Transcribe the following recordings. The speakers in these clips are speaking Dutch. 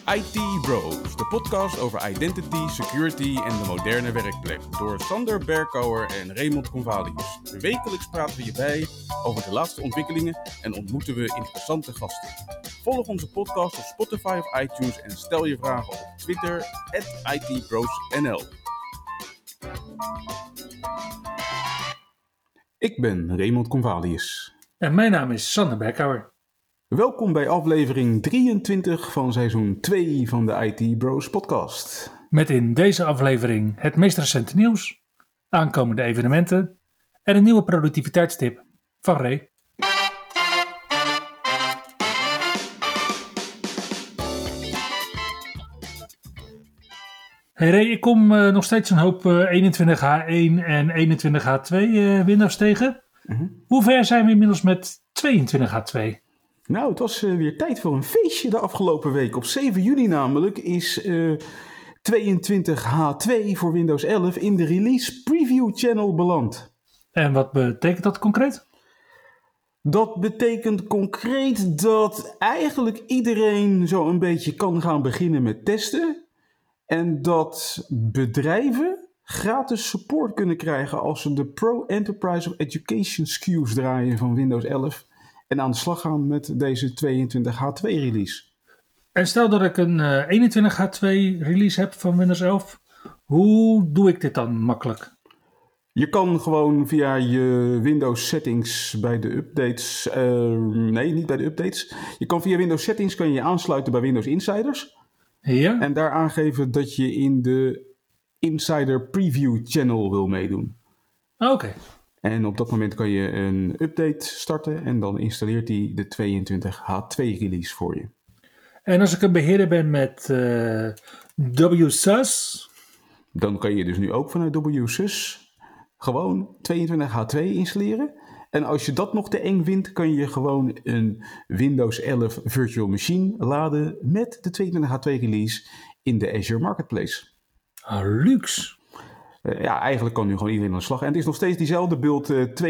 IT Bros, de podcast over identity, security en de moderne werkplek. Door Sander Berkouwer en Raymond Convalius. Wekelijks praten we je bij over de laatste ontwikkelingen en ontmoeten we interessante gasten. Volg onze podcast op Spotify of iTunes en stel je vragen op Twitter @ITBrosNL. Ik ben Raymond Convalius. En mijn naam is Sander Berkouwer. Welkom bij aflevering 23 van seizoen 2 van de IT Bros podcast. Met in deze aflevering het meest recente nieuws, aankomende evenementen en een nieuwe productiviteitstip van Ray. Hey Ray, ik kom nog steeds een hoop 21H1 en 21H2 Windows tegen. Hoe ver zijn we inmiddels met 22H2? Nou, het was weer tijd voor een feestje de afgelopen week. Op 7 juni namelijk is 22H2 voor Windows 11 in de release preview channel beland. En wat betekent dat concreet? Dat betekent concreet dat eigenlijk iedereen zo een beetje kan gaan beginnen met testen. En dat bedrijven gratis support kunnen krijgen als ze de Pro Enterprise of Education SKU's draaien van Windows 11. En aan de slag gaan met deze 22H2 release. En stel dat ik een 21H2 release heb van Windows 11. Hoe doe ik dit dan makkelijk? Je kan gewoon via je Windows settings bij de updates... nee, niet bij de updates. Je kan via Windows settings kan je aansluiten bij Windows Insiders. Ja? En daar aangeven dat je in de Insider Preview Channel wil meedoen. Oké. En op dat moment kan je een update starten en dan installeert hij de 22H2 release voor je. En als ik een beheerder ben met WSUS? Dan kan je dus nu ook vanuit WSUS gewoon 22H2 installeren. En als je dat nog te eng vindt, kan je gewoon een Windows 11 Virtual Machine laden met de 22H2 release in de Azure Marketplace. Luxe. Ja, eigenlijk kan nu gewoon iedereen aan de slag. En het is nog steeds diezelfde build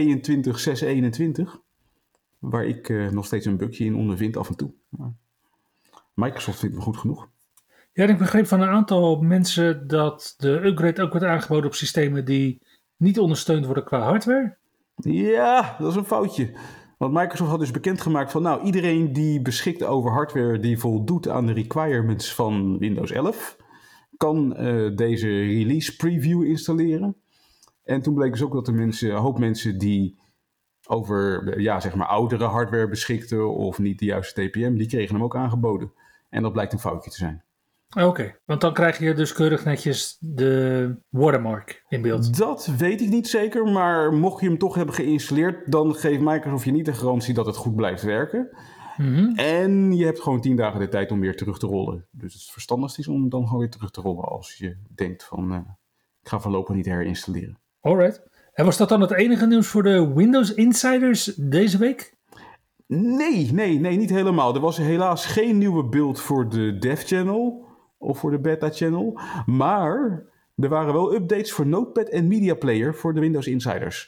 22.6.21. Waar ik nog steeds een bugje in ondervind af en toe. Maar Microsoft vindt me goed genoeg. Ja, ik begreep van een aantal mensen dat de upgrade ook wordt aangeboden op systemen die niet ondersteund worden qua hardware. Ja, dat is een foutje. Want Microsoft had dus bekendgemaakt van nou, iedereen die beschikt over hardware die voldoet aan de requirements van Windows 11... kan deze release preview installeren. En toen bleek dus ook dat een hoop mensen die over zeg maar oudere hardware beschikten of niet de juiste TPM, die kregen hem ook aangeboden. En dat blijkt een foutje te zijn. Oké, want dan krijg je dus keurig netjes de watermark in beeld. Dat weet ik niet zeker, maar mocht je hem toch hebben geïnstalleerd, dan geeft Microsoft je niet de garantie dat het goed blijft werken. Mm-hmm. En je hebt gewoon 10 dagen de tijd om weer terug te rollen. Dus het verstandigste is om dan gewoon weer terug te rollen als je denkt van ik ga voorlopig niet herinstalleren. Alright. En was dat dan het enige nieuws voor de Windows Insiders deze week? Nee, niet helemaal. Er was helaas geen nieuwe build voor de Dev Channel of voor de Beta Channel. Maar er waren wel updates voor Notepad en Media Player voor de Windows Insiders.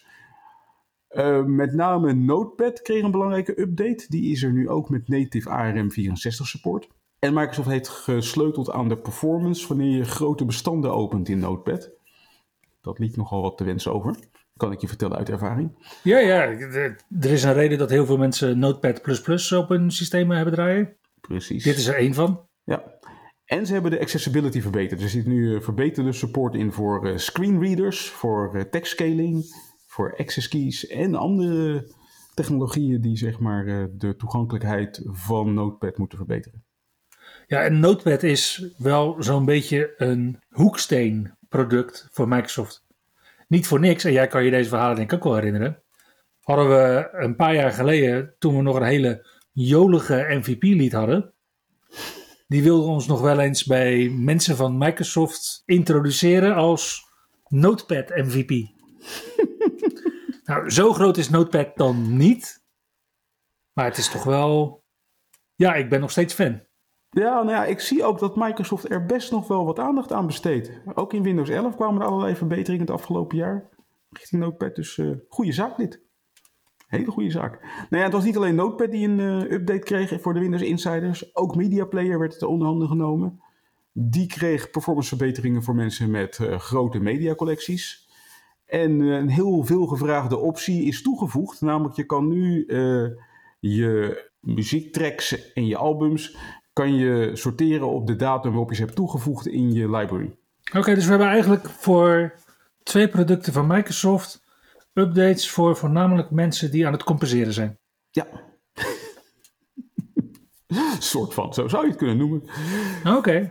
Met name Notepad kreeg een belangrijke update. Die is er nu ook met native ARM64 support. En Microsoft heeft gesleuteld aan de performance wanneer je grote bestanden opent in Notepad. Dat liet nogal wat te wensen over. Kan ik je vertellen uit ervaring. Ja, er is een reden dat heel veel mensen Notepad++ op hun systemen hebben draaien. Precies. Dit is er één van. Ja. En ze hebben de accessibility verbeterd. Er zit nu verbeterde support in voor screenreaders, voor tekstscaling, voor access keys en andere technologieën die zeg maar de toegankelijkheid van Notepad moeten verbeteren. Ja, en Notepad is wel zo'n beetje een hoeksteenproduct voor Microsoft. Niet voor niks, en jij kan je deze verhalen denk ik ook wel herinneren. Hadden we een paar jaar geleden, toen we nog een hele jolige MVP-lead hadden. Die wilden ons nog wel eens bij mensen van Microsoft introduceren als Notepad MVP. Nou, zo groot is Notepad dan niet. Maar het is toch wel... Ja, ik ben nog steeds fan. Ja, nou ja, ik zie ook dat Microsoft er best nog wel wat aandacht aan besteedt. Ook in Windows 11 kwamen er allerlei verbeteringen het afgelopen jaar. Richting Notepad, dus goede zaak dit. Hele goede zaak. Nou ja, het was niet alleen Notepad die een update kreeg voor de Windows Insiders. Ook Media Player werd het onder handen genomen. Die kreeg performanceverbeteringen voor mensen met grote mediacollecties. En een heel veel gevraagde optie is toegevoegd. Namelijk, je kan nu je muziektracks en je albums kan je sorteren op de datum waarop je ze hebt toegevoegd in je library. Oké, dus we hebben eigenlijk voor 2 producten van Microsoft updates voor voornamelijk mensen die aan het compenseren zijn. Ja. Soort van, zo zou je het kunnen noemen. Oké.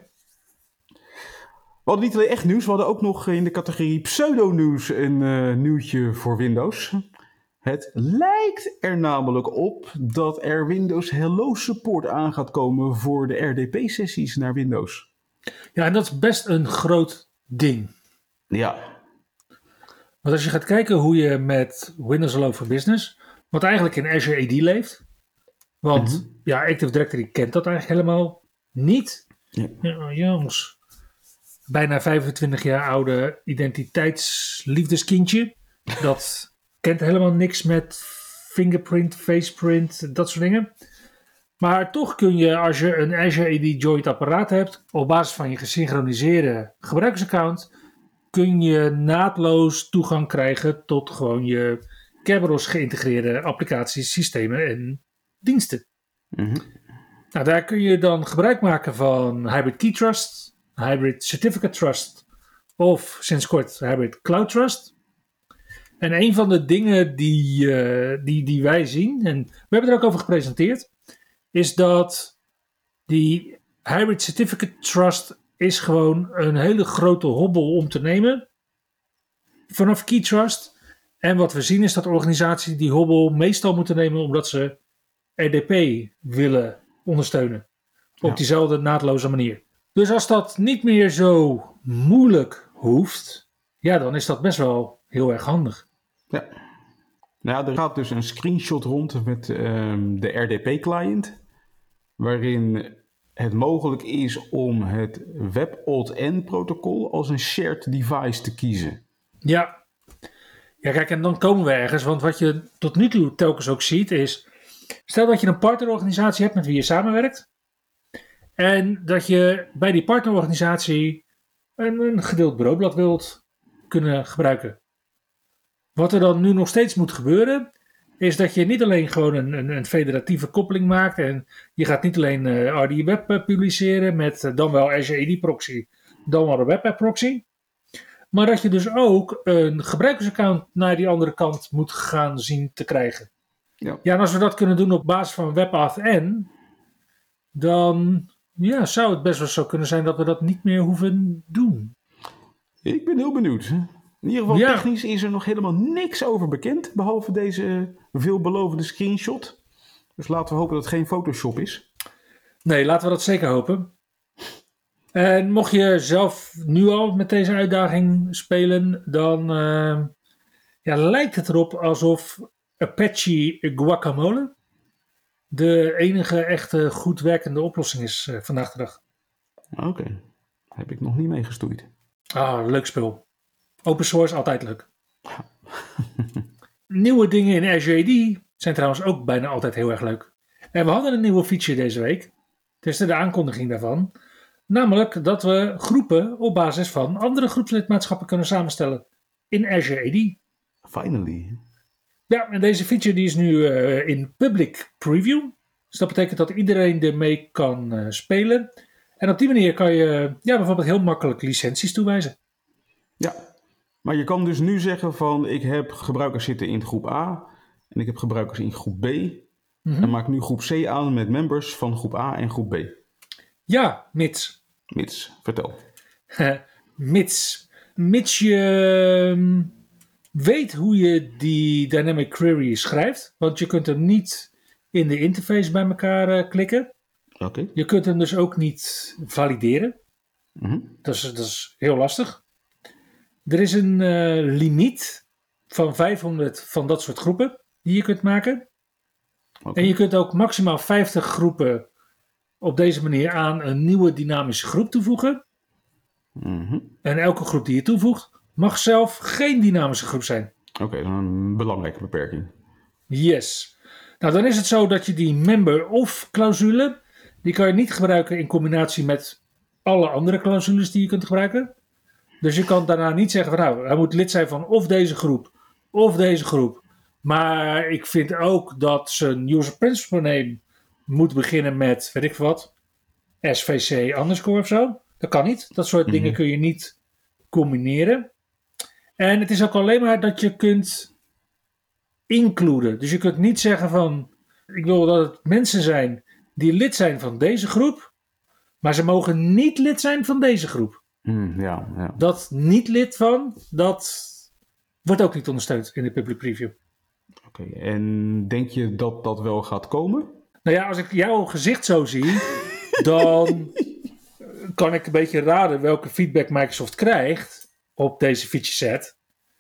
We hadden niet alleen echt nieuws, we hadden ook nog in de categorie pseudo-nieuws een nieuwtje voor Windows. Het lijkt er namelijk op dat er Windows Hello support aan gaat komen voor de RDP-sessies naar Windows. Ja, en dat is best een groot ding. Ja. Want als je gaat kijken hoe je met Windows Hello for Business, wat eigenlijk in Azure AD leeft. Want ja, Active Directory kent dat eigenlijk helemaal niet. Ja. Ja, jongens. Bijna 25 jaar oude identiteitsliefdeskindje. Dat kent helemaal niks met fingerprint, faceprint, dat soort dingen. Maar toch kun je, als je een Azure AD Joint apparaat hebt, op basis van je gesynchroniseerde gebruikersaccount, kun je naadloos toegang krijgen tot gewoon je Kerberos geïntegreerde applicaties, systemen en diensten. Nou, daar kun je dan gebruik maken van Hybrid Key Trust, Hybrid Certificate Trust of sinds kort Hybrid Cloud Trust. En een van de dingen die wij zien, en we hebben er ook over gepresenteerd, is dat die Hybrid Certificate Trust is gewoon een hele grote hobbel om te nemen vanaf Key Trust. En wat we zien is dat organisaties die hobbel meestal moeten nemen omdat ze RDP willen ondersteunen. Op diezelfde naadloze manier. Dus als dat niet meer zo moeilijk hoeft, ja, dan is dat best wel heel erg handig. Ja. Nou, er gaat dus een screenshot rond met de RDP-client, waarin het mogelijk is om het WebAuthn-protocol als een shared device te kiezen. Ja. Ja, kijk, en dan komen we ergens, want wat je tot nu toe telkens ook ziet is, stel dat je een partnerorganisatie hebt met wie je samenwerkt, en dat je bij die partnerorganisatie een gedeeld bureaublad wilt kunnen gebruiken. Wat er dan nu nog steeds moet gebeuren, is dat je niet alleen gewoon een federatieve koppeling maakt en je gaat niet alleen RDWeb publiceren met dan wel Azure AD proxy, dan wel de WebApp proxy, maar dat je dus ook een gebruikersaccount naar die andere kant moet gaan zien te krijgen. Ja. Ja, en als we dat kunnen doen op basis van WebAuthn, dan ja, zou het best wel zo kunnen zijn dat we dat niet meer hoeven doen. Ik ben heel benieuwd. In ieder geval technisch is er nog helemaal niks over bekend, behalve deze veelbelovende screenshot. Dus laten we hopen dat het geen Photoshop is. Nee, laten we dat zeker hopen. En mocht je zelf nu al met deze uitdaging spelen, dan lijkt het erop alsof Apache Guacamole de enige echte goed werkende oplossing is vandaag de dag. Oké. Heb ik nog niet meegestoeid. Ah, leuk spul. Open source, altijd leuk. Nieuwe dingen in Azure AD zijn trouwens ook bijna altijd heel erg leuk. En we hadden een nieuwe feature deze week. Het is de aankondiging daarvan. Namelijk dat we groepen op basis van andere groepslidmaatschappen kunnen samenstellen in Azure AD. Finally. Ja, en deze feature die is nu in public preview. Dus dat betekent dat iedereen ermee kan spelen. En op die manier kan je bijvoorbeeld heel makkelijk licenties toewijzen. Ja, maar je kan dus nu zeggen van ik heb gebruikers zitten in groep A en ik heb gebruikers in groep B. En maak nu groep C aan met members van groep A en groep B. Ja, mits. Vertel. Mits je weet hoe je die dynamic query schrijft. Want je kunt hem niet in de interface bij elkaar klikken. Okay. Je kunt hem dus ook niet valideren. Dat is heel lastig. Er is een limiet van 500 van dat soort groepen die je kunt maken. Okay. En je kunt ook maximaal 50 groepen op deze manier aan een nieuwe dynamische groep toevoegen. En elke groep die je toevoegt mag zelf geen dynamische groep zijn. Oké, dan een belangrijke beperking. Yes. Nou, dan is het zo dat je die member-of clausule, die kan je niet gebruiken in combinatie met alle andere clausules die je kunt gebruiken. Dus je kan daarna niet zeggen van nou, hij moet lid zijn van of deze groep, of deze groep. Maar ik vind ook dat zijn user principal name moet beginnen met, weet ik wat, SVC underscore of zo. Dat kan niet. Dat soort dingen kun je niet combineren. En het is ook alleen maar dat je kunt includen. Dus je kunt niet zeggen van, ik wil dat het mensen zijn die lid zijn van deze groep, maar ze mogen niet lid zijn van deze groep. Ja. Dat niet lid van, dat wordt ook niet ondersteund in de public preview. Oké, en denk je dat dat wel gaat komen? Nou ja, als ik jouw gezicht zo zie, dan kan ik een beetje raden welke feedback Microsoft krijgt op deze feature set.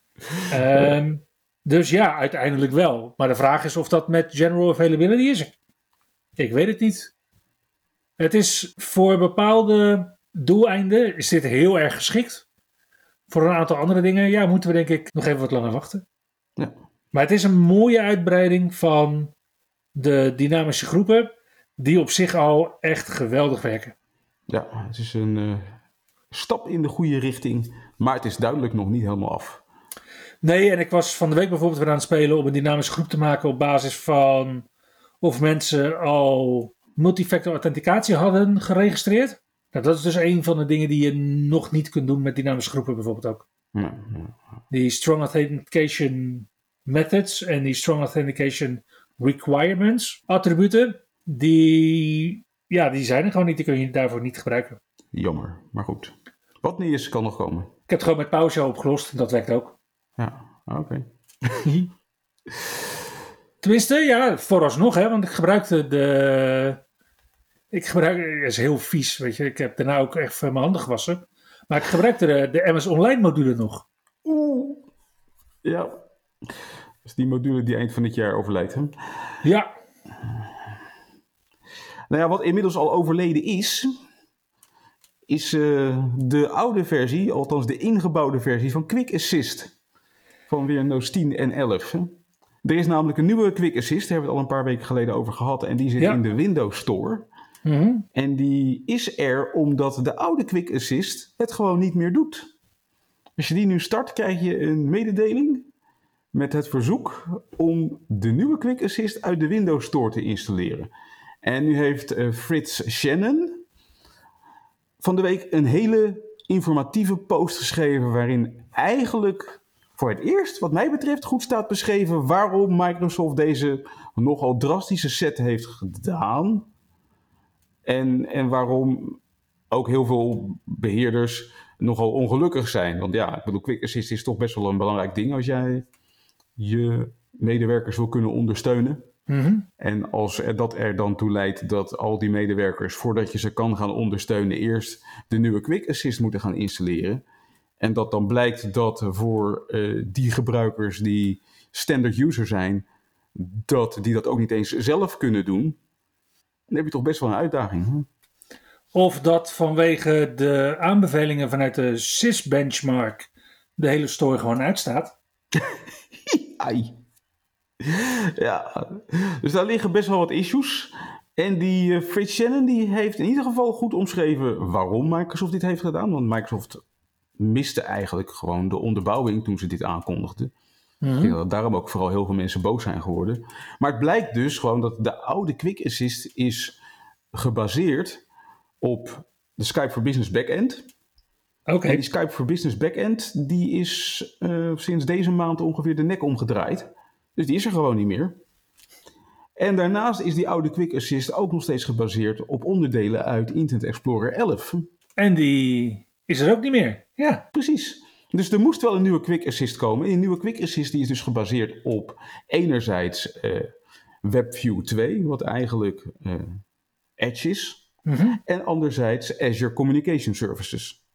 Dus ja, uiteindelijk wel. Maar de vraag is of dat met general availability is. Ik weet het niet. Het is voor bepaalde doeleinden is dit heel erg geschikt. Voor een aantal andere dingen, ja, moeten we denk ik nog even wat langer wachten. Ja. Maar het is een mooie uitbreiding van de dynamische groepen, die op zich al echt geweldig werken. Ja, het is een stap in de goede richting, maar het is duidelijk nog niet helemaal af. Nee, en ik was van de week bijvoorbeeld weer aan het spelen om een dynamische groep te maken op basis van of mensen al multifactor authenticatie hadden geregistreerd. Nou, dat is dus een van de dingen die je nog niet kunt doen met dynamische groepen bijvoorbeeld ook. Ja. Die strong authentication methods en die strong authentication requirements attributen, die zijn er gewoon niet. Die kun je daarvoor niet gebruiken. Jammer, maar goed. Wat niet is, kan nog komen. Ik heb het gewoon met PowerShell opgelost en dat werkt ook. Ja, oké. Tenminste, ja, vooralsnog, hè, want ik gebruikte het is heel vies, weet je. Ik heb daarna ook echt mijn handen gewassen. Maar ik gebruikte de MS Online module nog. Oeh. Ja. Dat is die module die eind van dit jaar overlijdt, hè? Ja. Nou ja, wat inmiddels al overleden is de oude versie, althans de ingebouwde versie van Quick Assist. Van Windows 10 en 11. Hè? Er is namelijk een nieuwe Quick Assist, daar hebben we het al een paar weken geleden over gehad. En die zit in de Windows Store. Mm-hmm. En die is er omdat de oude Quick Assist het gewoon niet meer doet. Als je die nu start, krijg je een mededeling met het verzoek om de nieuwe Quick Assist uit de Windows Store te installeren. En nu heeft Frits Shannon van de week een hele informatieve post geschreven waarin eigenlijk voor het eerst, wat mij betreft, goed staat beschreven waarom Microsoft deze nogal drastische set heeft gedaan. En waarom ook heel veel beheerders nogal ongelukkig zijn. Want ja, ik bedoel, Quick Assist is toch best wel een belangrijk ding als jij je medewerkers wil kunnen ondersteunen. Mm-hmm. En als dat er dan toe leidt dat al die medewerkers, voordat je ze kan gaan ondersteunen, eerst de nieuwe Quick Assist moeten gaan installeren. En dat dan blijkt dat voor die gebruikers die standard user zijn, die dat ook niet eens zelf kunnen doen. Dan heb je toch best wel een uitdaging. Hè? Of dat vanwege de aanbevelingen vanuit de SysBenchmark de hele store gewoon uitstaat. Ai. Ja, dus daar liggen best wel wat issues. En die Frits Shannon die heeft in ieder geval goed omschreven waarom Microsoft dit heeft gedaan. Want Microsoft miste eigenlijk gewoon de onderbouwing toen ze dit aankondigden. Ik denk dat daarom ook vooral heel veel mensen boos zijn geworden. Maar het blijkt dus gewoon dat de oude Quick Assist is gebaseerd op de Skype for Business backend. Oké. En die Skype for Business backend die is sinds deze maand ongeveer de nek omgedraaid. Dus die is er gewoon niet meer. En daarnaast is die oude Quick Assist ook nog steeds gebaseerd op onderdelen uit Internet Explorer 11. En die is er ook niet meer. Ja. Precies. Dus er moest wel een nieuwe Quick Assist komen. En die nieuwe Quick Assist die is dus gebaseerd op enerzijds WebView 2, wat eigenlijk Edge is. Mm-hmm. En anderzijds Azure Communication Services.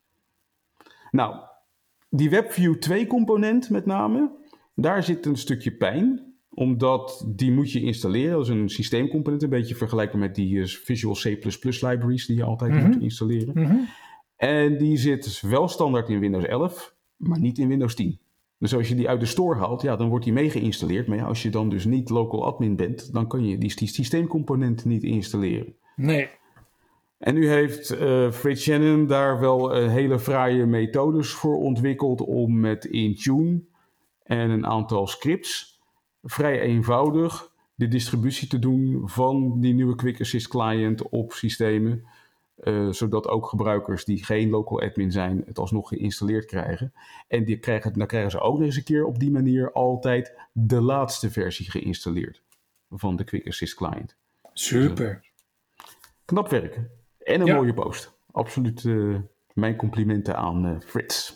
Nou, die WebView 2 component met name, daar zit een stukje pijn. Omdat die moet je installeren. Dat is een systeemcomponent, een beetje vergelijkbaar met die Visual C++ libraries die je altijd moet installeren. Mm-hmm. En die zit wel standaard in Windows 11, maar niet in Windows 10. Dus als je die uit de store haalt, dan wordt die mee geïnstalleerd. Maar als je dan dus niet local admin bent, dan kan je die systeemcomponenten niet installeren. Nee. En nu heeft Fred Shannon daar wel hele fraaie methodes voor ontwikkeld om met Intune en een aantal scripts vrij eenvoudig de distributie te doen van die nieuwe Quick Assist client op systemen. Zodat ook gebruikers die geen local admin zijn het alsnog geïnstalleerd krijgen. En dan krijgen ze ook nog eens een keer op die manier altijd de laatste versie geïnstalleerd van de Quick Assist client. Super. Dus, knap werk. En een mooie post. Absoluut mijn complimenten aan Frits.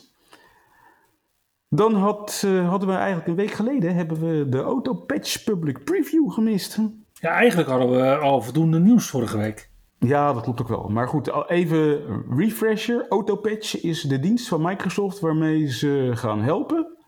Dan hadden we eigenlijk een week geleden hebben we de Autopatch Public Preview gemist. Ja, eigenlijk hadden we al voldoende nieuws vorige week. Ja, dat klopt ook wel. Maar goed, even refresher. Autopatch is de dienst van Microsoft waarmee ze gaan helpen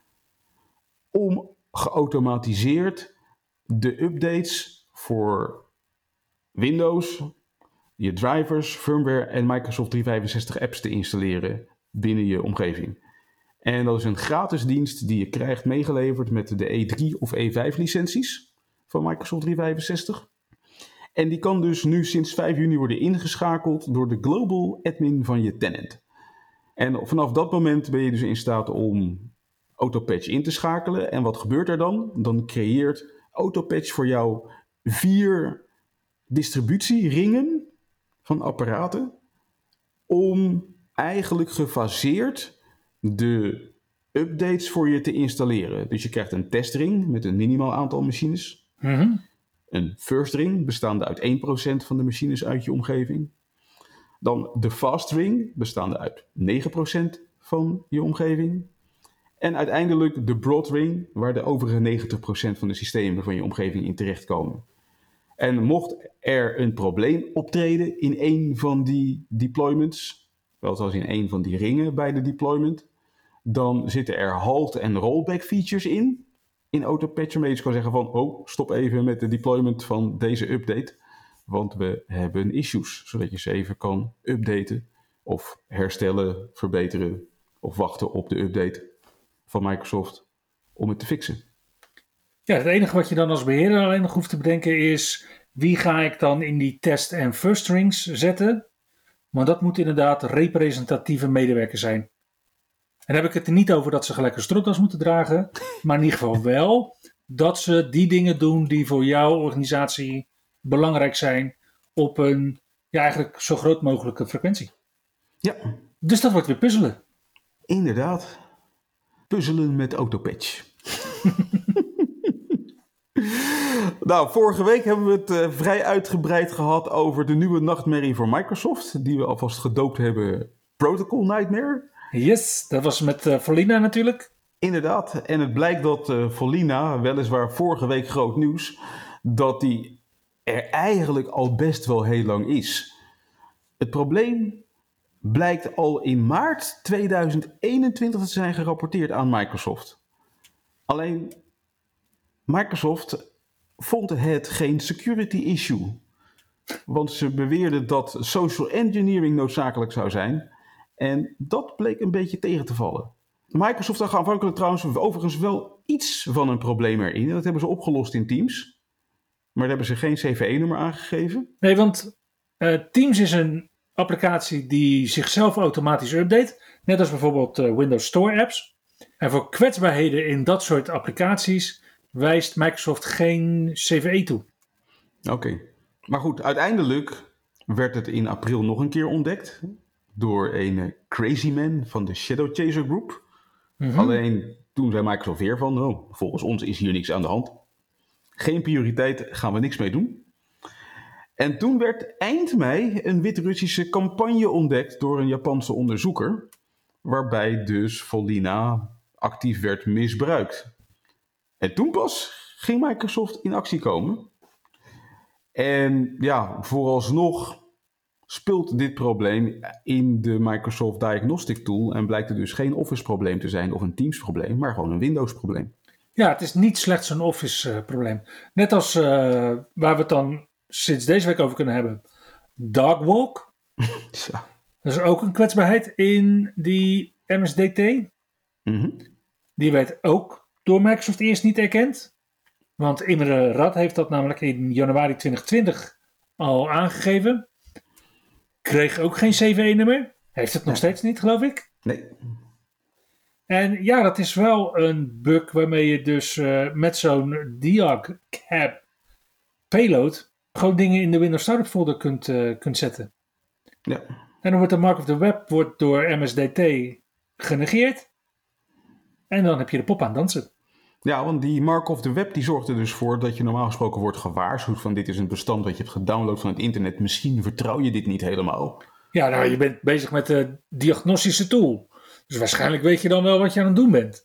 om geautomatiseerd de updates voor Windows, je drivers, firmware en Microsoft 365 apps te installeren binnen je omgeving. En dat is een gratis dienst die je krijgt meegeleverd met de E3 of E5 licenties van Microsoft 365. En die kan dus nu sinds 5 juni worden ingeschakeld door de global admin van je tenant. En vanaf dat moment ben je dus in staat om Autopatch in te schakelen. En wat gebeurt er dan? Dan creëert Autopatch voor jou 4 distributieringen van apparaten om eigenlijk gefaseerd de updates voor je te installeren. Dus je krijgt een testring met een minimaal aantal machines. Mm-hmm. Een first ring bestaande uit 1% van de machines uit je omgeving. Dan de fast ring bestaande uit 9% van je omgeving. En uiteindelijk de broad ring waar de overige 90% van de systemen van je omgeving in terechtkomen. En mocht er een probleem optreden in een van die deployments, zoals in een van die ringen bij de deployment, dan zitten er halt- en rollback features in Autopatch, waarmee je kan zeggen van, stop even met de deployment van deze update, want we hebben issues, zodat je ze even kan updaten of herstellen, verbeteren of wachten op de update van Microsoft om het te fixen. Ja, het enige wat je dan als beheerder alleen nog hoeft te bedenken is, wie ga ik dan in die test- en first rings zetten? Maar dat moet inderdaad representatieve medewerkers zijn. En dan heb ik het er niet over dat ze gelijk een stropdas moeten dragen, maar in ieder geval wel dat ze die dingen doen die voor jouw organisatie belangrijk zijn op een eigenlijk zo groot mogelijke frequentie. Ja. Dus dat wordt weer puzzelen. Inderdaad. Puzzelen met Autopatch. Nou, vorige week hebben we het vrij uitgebreid gehad over de nieuwe nachtmerrie voor Microsoft, die we alvast gedoopt hebben Protocol Nightmare. Yes, dat was met Volina natuurlijk. Inderdaad, en het blijkt dat Volina, weliswaar vorige week groot nieuws, dat die er eigenlijk al best wel heel lang is. Het probleem blijkt al in maart 2021 te zijn gerapporteerd aan Microsoft. Alleen Microsoft vond het geen security issue. Want ze beweerden dat social engineering noodzakelijk zou zijn. En dat bleek een beetje tegen te vallen. Microsoft zag aanvankelijk trouwens overigens wel iets van een probleem erin. Dat hebben ze opgelost in Teams. Maar daar hebben ze geen CVE-nummer aangegeven. Nee, want Teams is een applicatie die zichzelf automatisch update. Net als bijvoorbeeld Windows Store apps. En voor kwetsbaarheden in dat soort applicaties wijst Microsoft geen CVE toe. Oké. Maar goed, uiteindelijk werd het in april nog een keer ontdekt door een crazy man van de Shadow Chaser Group. Mm-hmm. Alleen toen zei Microsoft weer van, volgens ons is hier niks aan de hand. Geen prioriteit, gaan we niks mee doen. En toen werd eind mei een Wit-Russische campagne ontdekt door een Japanse onderzoeker, waarbij dus Volina actief werd misbruikt. En toen pas ging Microsoft in actie komen. En ja, vooralsnog speelt dit probleem in de Microsoft Diagnostic Tool en blijkt er dus geen Office probleem te zijn of een Teams probleem, maar gewoon een Windows probleem. Ja, het is niet slechts een Office probleem. Net als waar we het dan sinds deze week over kunnen hebben. Dogwalk. Ja. Dat is ook een kwetsbaarheid in die MSDT. Mm-hmm. Die werd ook door Microsoft eerst niet erkend. Want Imre Rad heeft dat namelijk in januari 2020 al aangegeven. Kreeg ook geen CVE-nummer. Heeft het nog steeds niet, geloof ik. Nee. En ja, dat is wel een bug waarmee je dus met zo'n diag-cab payload gewoon dingen in de Windows Startup folder kunt zetten. Ja. En dan wordt de Mark of the Web door MSDT genegeerd. En dan heb je de pop aan dansen. Ja, want die Mark of the Web die zorgt er dus voor dat je normaal gesproken wordt gewaarschuwd van dit is een bestand dat je hebt gedownload van het internet. Misschien vertrouw je dit niet helemaal. Ja, nou, je bent bezig met de diagnostische tool. Dus waarschijnlijk weet je dan wel wat je aan het doen bent.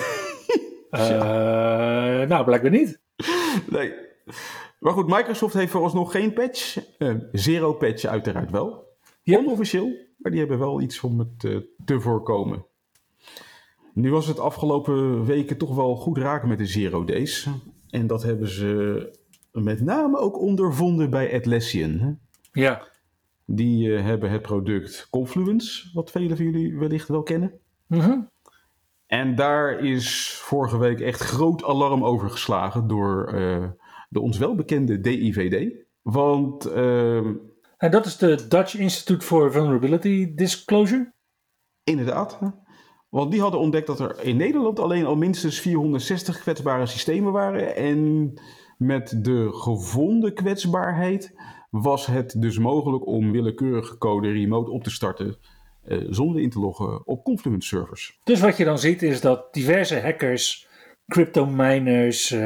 Nou, blijkbaar niet. Nee. Maar goed, Microsoft heeft vooralsnog geen patch. Zero patch uiteraard wel. Yep. Onofficieel, maar die hebben wel iets om het te voorkomen. Nu was het afgelopen weken toch wel goed raken met de Zero Days. En dat hebben ze met name ook ondervonden bij Atlassian. Ja. Die hebben het product Confluence, wat velen van jullie wellicht wel kennen. Mm-hmm. En daar is vorige week echt groot alarm over geslagen door de ons welbekende DIVD. Want... en dat is de Dutch Institute for Vulnerability Disclosure? Inderdaad. Want die hadden ontdekt dat er in Nederland alleen al minstens 460 kwetsbare systemen waren. En met de gevonden kwetsbaarheid was het dus mogelijk om willekeurige code remote op te starten zonder in te loggen op Confluence servers. Dus wat je dan ziet is dat diverse hackers, crypto-miners,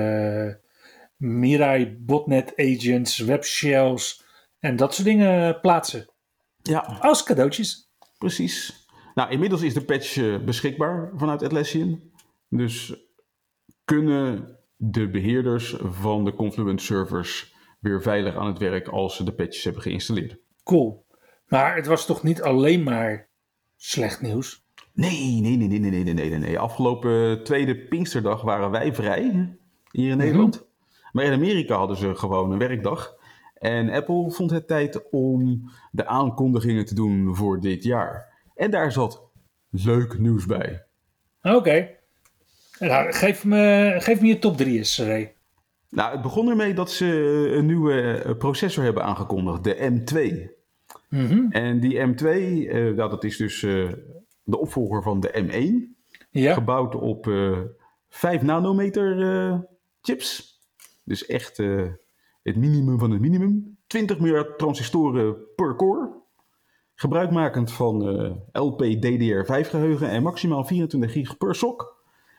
Mirai botnet agents, webshells en dat soort dingen plaatsen. Ja, als cadeautjes. Precies. Nou, inmiddels is de patch beschikbaar vanuit Atlassian. Dus kunnen de beheerders van de Confluence servers weer veilig aan het werk als ze de patches hebben geïnstalleerd. Cool. Maar het was toch niet alleen maar slecht nieuws? Nee. Afgelopen tweede Pinksterdag waren wij vrij hier in Nederland. Maar in Amerika hadden ze gewoon een werkdag. En Apple vond het tijd om de aankondigingen te doen voor dit jaar. En daar zat leuk nieuws bij. Oké. Nou, geef me je top 3 eens, Ray. Nou, het begon ermee dat ze een nieuwe processor hebben aangekondigd, de M2. Mm-hmm. En die M2, dat is dus de opvolger van de M1. Ja. Gebouwd op 5 nanometer chips. Dus echt het minimum van het minimum. 20 miljard transistoren per core. Gebruikmakend van LPDDR5 geheugen en maximaal 24 gig per sok.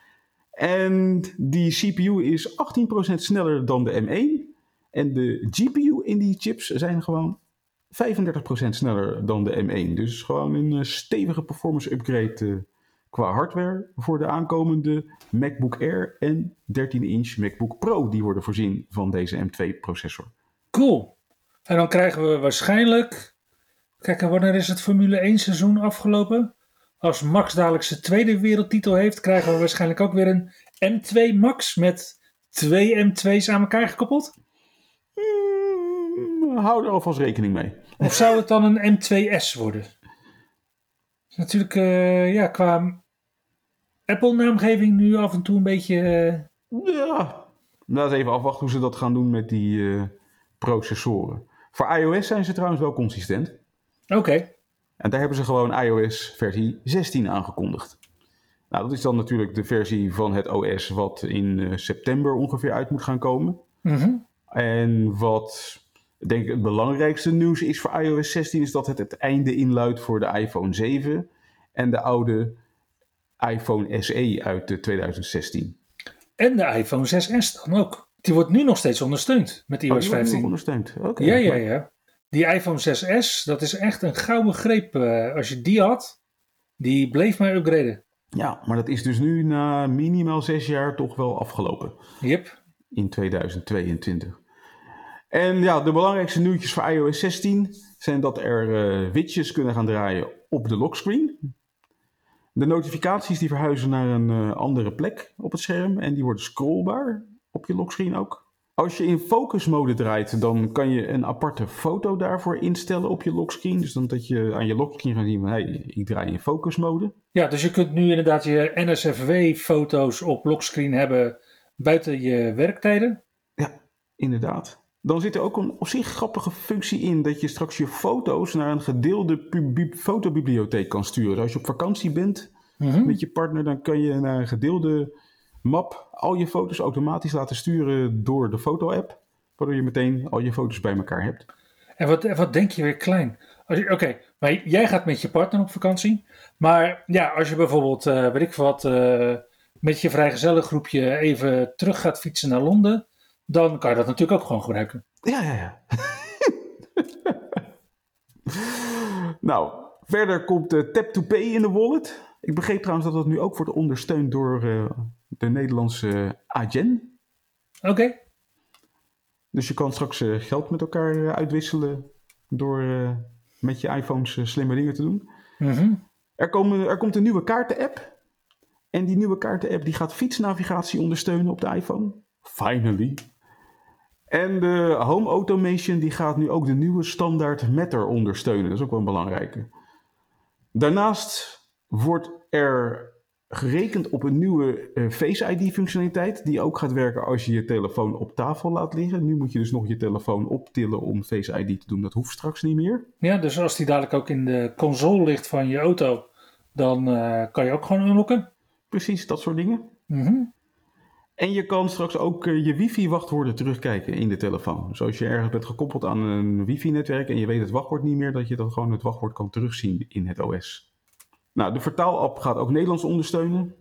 En die CPU is 18% sneller dan de M1. En de GPU in die chips zijn gewoon 35% sneller dan de M1. Dus gewoon een stevige performance upgrade qua hardware voor de aankomende MacBook Air en 13-inch MacBook Pro. Die worden voorzien van deze M2 processor. Cool. En dan krijgen we waarschijnlijk... Kijk, wanneer is het Formule 1 seizoen afgelopen? Als Max dadelijk zijn tweede wereldtitel heeft, krijgen we waarschijnlijk ook weer een M2 Max met 2 M2's aan elkaar gekoppeld? Hou er alvast rekening mee. Of zou het dan een M2S worden? Natuurlijk, qua Apple-naamgeving nu af en toe een beetje... Ja, laten we even afwachten hoe ze dat gaan doen met die processoren. Voor iOS zijn ze trouwens wel consistent. Oké. En daar hebben ze gewoon iOS versie 16 aangekondigd. Nou, dat is dan natuurlijk de versie van het OS wat in september ongeveer uit moet gaan komen. Mm-hmm. En wat, denk ik, het belangrijkste nieuws is voor iOS 16... is dat het einde inluidt voor de iPhone 7 en de oude iPhone SE uit 2016. En de iPhone 6S dan ook. Die wordt nu nog steeds ondersteund met iOS 15. Ondersteund. Okay. Ja. Die iPhone 6S, dat is echt een gouden greep. Als je die had, die bleef maar upgraden. Ja, maar dat is dus nu na minimaal 6 jaar toch wel afgelopen. Yep. In 2022. En ja, de belangrijkste nieuwtjes voor iOS 16 zijn dat er widgets kunnen gaan draaien op de lockscreen. De notificaties die verhuizen naar een andere plek op het scherm en die worden scrollbaar op je lockscreen ook. Als je in focus mode draait, dan kan je een aparte foto daarvoor instellen op je lockscreen. Dus dan dat je aan je lockscreen gaat zien van, hey, ik draai in focus mode. Ja, dus je kunt nu inderdaad je NSFW-foto's op lockscreen hebben buiten je werktijden. Ja, inderdaad. Dan zit er ook een op zich grappige functie in dat je straks je foto's naar een gedeelde fotobibliotheek kan sturen. Dus als je op vakantie bent met je partner, dan kan je naar een gedeelde map al je foto's automatisch laten sturen door de foto-app. Waardoor je meteen al je foto's bij elkaar hebt. En wat denk je weer klein? Oké, maar jij gaat met je partner op vakantie. Maar ja, als je bijvoorbeeld, weet ik wat, met je vrijgezellengroepje even terug gaat fietsen naar Londen, dan kan je dat natuurlijk ook gewoon gebruiken. Ja. Nou, verder komt Tap-to-Pay in de wallet. Ik begreep trouwens dat dat nu ook wordt ondersteund door de Nederlandse Adyen. Oké. Dus je kan straks geld met elkaar uitwisselen door met je iPhones slimme dingen te doen. Er komt een nieuwe kaarten-app. En die nieuwe kaarten-app die gaat fietsnavigatie ondersteunen op de iPhone. Finally. En de Home Automation die gaat nu ook de nieuwe standaard Matter ondersteunen. Dat is ook wel een belangrijke. Daarnaast wordt er gerekend op een nieuwe Face ID functionaliteit. Die ook gaat werken als je je telefoon op tafel laat liggen. Nu moet je dus nog je telefoon optillen om Face ID te doen. Dat hoeft straks niet meer. Ja, dus als die dadelijk ook in de console ligt van je auto, dan kan je ook gewoon unlocken. Precies, dat soort dingen. En je kan straks ook je wifi-wachtwoorden terugkijken in de telefoon. Dus als je ergens bent gekoppeld aan een wifi-netwerk en je weet het wachtwoord niet meer, dat je dan gewoon het wachtwoord kan terugzien in het OS. Nou, de vertaalapp gaat ook Nederlands ondersteunen.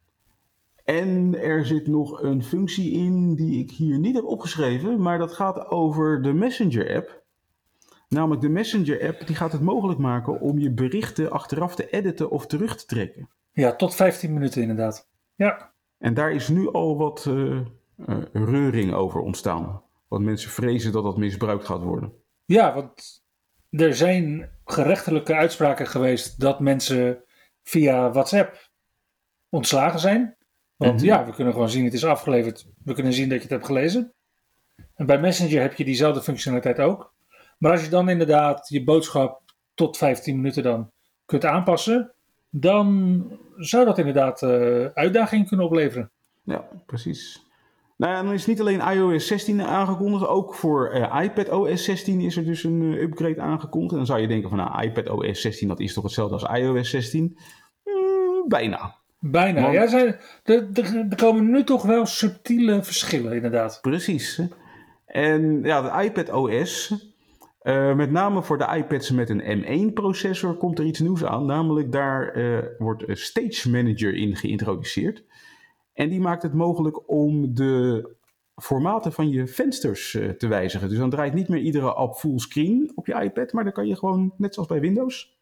En er zit nog een functie in die ik hier niet heb opgeschreven, maar dat gaat over de Messenger-app. Namelijk de Messenger-app die gaat het mogelijk maken om je berichten achteraf te editen of terug te trekken. Ja, tot 15 minuten inderdaad. Ja. En daar is nu al wat reuring over ontstaan. Want mensen vrezen dat dat misbruikt gaat worden. Ja, want er zijn gerechtelijke uitspraken geweest dat mensen via WhatsApp ontslagen zijn. Want ja, we kunnen gewoon zien het is afgeleverd. We kunnen zien dat je het hebt gelezen. En bij Messenger heb je diezelfde functionaliteit ook. Maar als je dan inderdaad je boodschap tot 15 minuten dan kunt aanpassen, dan zou dat inderdaad uitdagingen kunnen opleveren. Ja, precies. Nou ja, dan is niet alleen iOS 16 aangekondigd, ook voor iPadOS 16 is er dus een upgrade aangekondigd. En dan zou je denken van nou, iPadOS 16 dat is toch hetzelfde als iOS 16? Bijna. Bijna, want, ja. Er komen nu toch wel subtiele verschillen inderdaad. Precies. En ja, de iPadOS, met name voor de iPads met een M1-processor komt er iets nieuws aan. Namelijk daar wordt een Stage Manager in geïntroduceerd. En die maakt het mogelijk om de formaten van je vensters te wijzigen. Dus dan draait niet meer iedere app fullscreen op je iPad, maar dan kan je gewoon, net zoals bij Windows,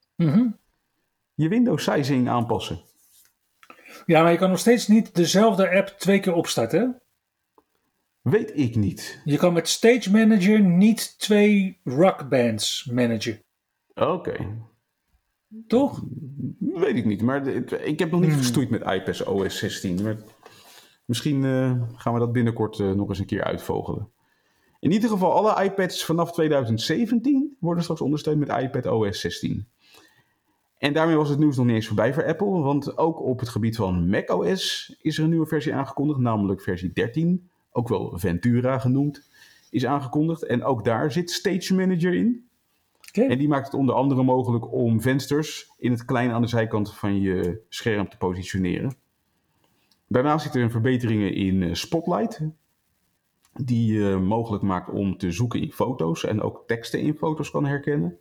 je Windows sizing aanpassen. Ja, maar je kan nog steeds niet dezelfde app 2 keer opstarten. Weet ik niet. Je kan met Stage Manager niet 2 rockbands managen. Oké. Toch? Weet ik niet, maar ik heb nog niet gestoeid met iPadOS 16. Maar misschien gaan we dat binnenkort nog eens een keer uitvogelen. In ieder geval, alle iPads vanaf 2017 worden straks ondersteund met iPadOS 16. En daarmee was het nieuws nog niet eens voorbij voor Apple. Want ook op het gebied van macOS is er een nieuwe versie aangekondigd. Namelijk versie 13, ook wel Ventura genoemd, is aangekondigd. En ook daar zit Stage Manager in. Okay. En die maakt het onder andere mogelijk om vensters in het klein aan de zijkant van je scherm te positioneren. Daarnaast zitten er verbeteringen in Spotlight. Die mogelijk maakt om te zoeken in foto's en ook teksten in foto's kan herkennen.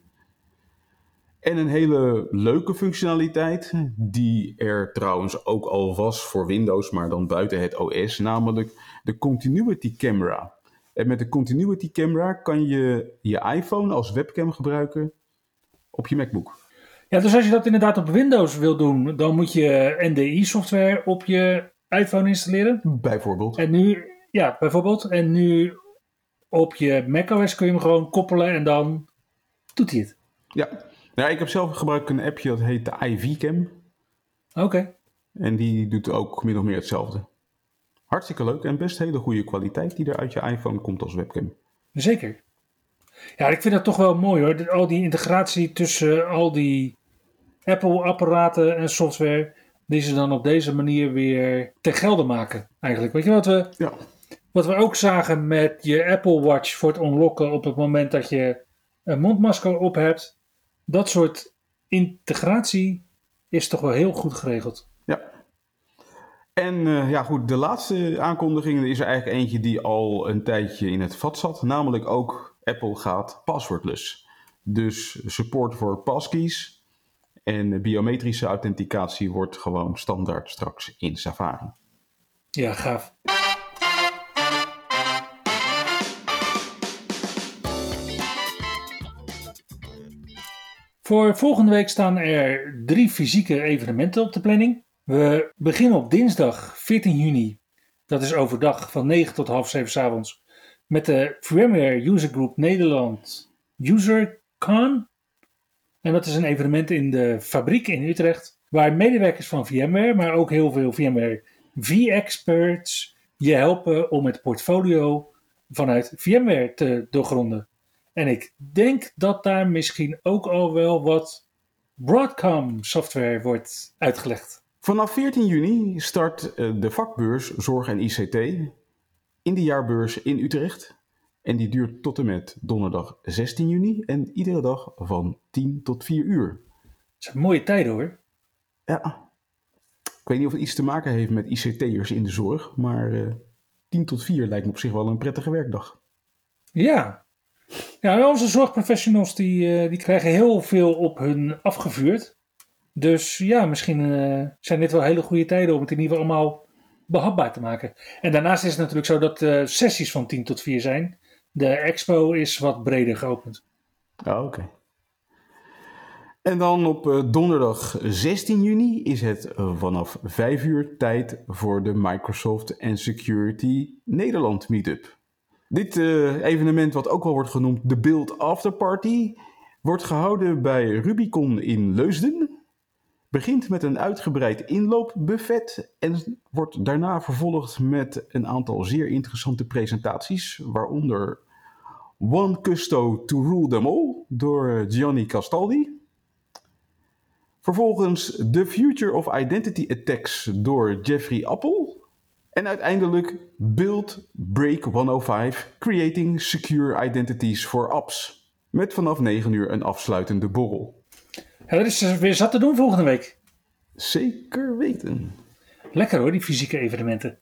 En een hele leuke functionaliteit, die er trouwens ook al was voor Windows, maar dan buiten het OS, namelijk de Continuity Camera. En met de Continuity Camera kan je je iPhone als webcam gebruiken op je MacBook. Ja, dus als je dat inderdaad op Windows wil doen, dan moet je NDI-software op je iPhone installeren. Bijvoorbeeld. En nu, ja, bijvoorbeeld. En nu op je macOS kun je hem gewoon koppelen en dan doet hij het. Ja, ik heb zelf gebruikt een appje dat heet de iVcam. Oké. En die doet ook min of meer hetzelfde. Hartstikke leuk en best hele goede kwaliteit die er uit je iPhone komt als webcam. Zeker. Ja, ik vind dat toch wel mooi hoor. Al die integratie tussen al die Apple-apparaten en software, die ze dan op deze manier weer ten gelde maken eigenlijk. Weet je wat we ook zagen met je Apple Watch voor het unlocken op het moment dat je een mondmasker op hebt? Dat soort integratie is toch wel heel goed geregeld. Ja. En goed, de laatste aankondiging is er eigenlijk eentje die al een tijdje in het vat zat. Namelijk ook Apple gaat passwordless. Dus support voor passkeys en biometrische authenticatie wordt gewoon standaard straks in Safari. Ja, gaaf. Voor volgende week staan er 3 fysieke evenementen op de planning. We beginnen op dinsdag 14 juni. Dat is overdag van 9 tot half 7 's avonds. Met de VMware User Group Nederland UserCon. En dat is een evenement in de fabriek in Utrecht. Waar medewerkers van VMware, maar ook heel veel VMware V-experts je helpen om het portfolio vanuit VMware te doorgronden. En ik denk dat daar misschien ook al wel wat Broadcom software wordt uitgelegd. Vanaf 14 juni start de vakbeurs Zorg en ICT in de jaarbeurs in Utrecht. En die duurt tot en met donderdag 16 juni en iedere dag van 10 tot 4 uur. Dat zijn mooie tijden hoor. Ja, ik weet niet of het iets te maken heeft met ICT'ers in de zorg, maar 10 tot 4 lijkt me op zich wel een prettige werkdag. Ja, onze zorgprofessionals die krijgen heel veel op hun afgevuurd. Dus ja, misschien zijn dit wel hele goede tijden om het in ieder geval allemaal behapbaar te maken. En daarnaast is het natuurlijk zo dat sessies van 10 tot 4 zijn. De expo is wat breder geopend. Oké. En dan op donderdag 16 juni is het vanaf 5 uur tijd voor de Microsoft and Security Nederland Meetup. Dit evenement, wat ook wel wordt genoemd de Build After Party, wordt gehouden bij Rubicon in Leusden. Begint met een uitgebreid inloopbuffet en wordt daarna vervolgd met een aantal zeer interessante presentaties, waaronder One Custo to Rule Them All door Gianni Castaldi. Vervolgens The Future of Identity Attacks door Jeffrey Appel. En uiteindelijk Build Break 105 Creating Secure Identities for Apps. Met vanaf 9 uur een afsluitende borrel. Ja, er is weer zat te doen volgende week. Zeker weten. Lekker hoor, die fysieke evenementen.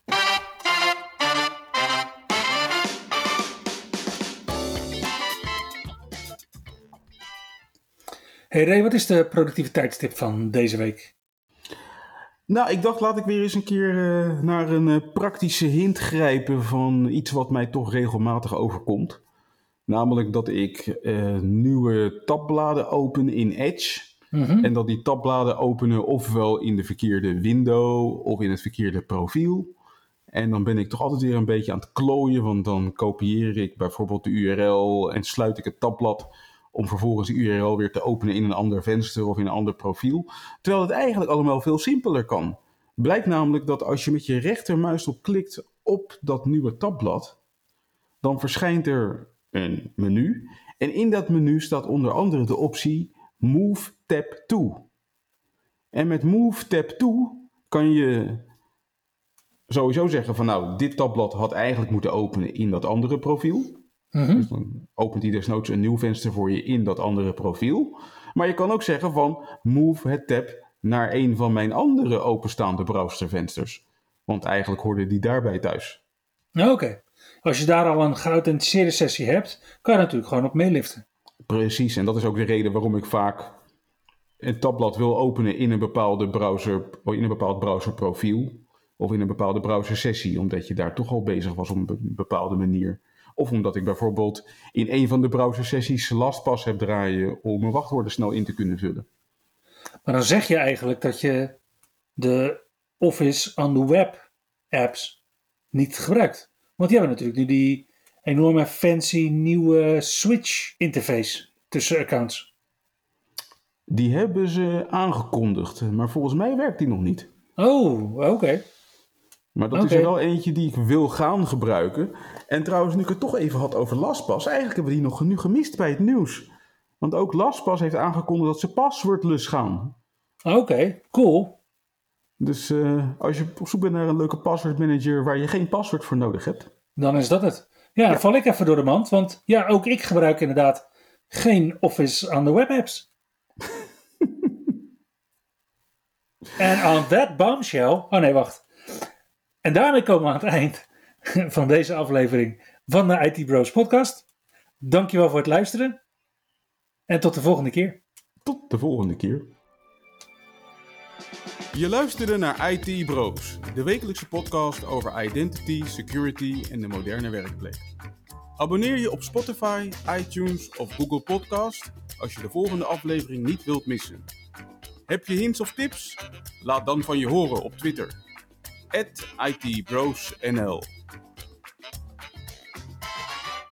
Hey Ray, wat is de productiviteitstip van deze week? Nou, ik dacht laat ik weer eens een keer naar een praktische hint grijpen van iets wat mij toch regelmatig overkomt. Namelijk dat ik nieuwe tabbladen open in Edge. Mm-hmm. En dat die tabbladen openen ofwel in de verkeerde window of in het verkeerde profiel. En dan ben ik toch altijd weer een beetje aan het klooien, want dan kopieer ik bijvoorbeeld de URL en sluit ik het tabblad om vervolgens de URL weer te openen in een ander venster of in een ander profiel. Terwijl het eigenlijk allemaal veel simpeler kan. Blijkt namelijk dat als je met je rechtermuis klikt op dat nieuwe tabblad, dan verschijnt er een menu. En in dat menu staat onder andere de optie Move Tab To. En met Move Tab To kan je sowieso zeggen van nou, dit tabblad had eigenlijk moeten openen in dat andere profiel. Mm-hmm. Dus dan opent hij desnoods een nieuw venster voor je in dat andere profiel. Maar je kan ook zeggen van move het tab naar een van mijn andere openstaande browservensters. Want eigenlijk hoorde die daarbij thuis. Oké. Als je daar al een geauthenticeerde sessie hebt, kan je natuurlijk gewoon op meeliften. Precies, en dat is ook de reden waarom ik vaak een tabblad wil openen in een bepaalde browser, in een bepaald browserprofiel of in een bepaalde browsersessie, omdat je daar toch al bezig was op een bepaalde manier. Of omdat ik bijvoorbeeld in een van de browsersessies LastPass heb draaien om mijn wachtwoorden snel in te kunnen vullen. Maar dan zeg je eigenlijk dat je de Office on the Web apps niet gebruikt. Want die hebben natuurlijk nu die enorme fancy nieuwe switch interface tussen accounts. Die hebben ze aangekondigd, maar volgens mij werkt die nog niet. Oh, oké. Maar dat is er wel eentje die ik wil gaan gebruiken. En trouwens, nu ik het toch even had over LastPass, eigenlijk hebben we die nu gemist bij het nieuws. Want ook LastPass heeft aangekondigd dat ze passwordless gaan. Oké, cool. Dus als je op zoek bent naar een leuke passwordmanager waar je geen password voor nodig hebt. Dan is dat het. Ja, val ik even door de mand. Want ja, ook ik gebruik inderdaad geen Office aan de webapps. En on that bombshell... Oh nee, wacht. En daarmee komen we aan het eind van deze aflevering van de IT Bros podcast. Dankjewel voor het luisteren. En tot de volgende keer. Tot de volgende keer. Je luisterde naar IT Bros, de wekelijkse podcast over identity, security en de moderne werkplek. Abonneer je op Spotify, iTunes of Google Podcast als je de volgende aflevering niet wilt missen. Heb je hints of tips? Laat dan van je horen op Twitter. @ITBrosNL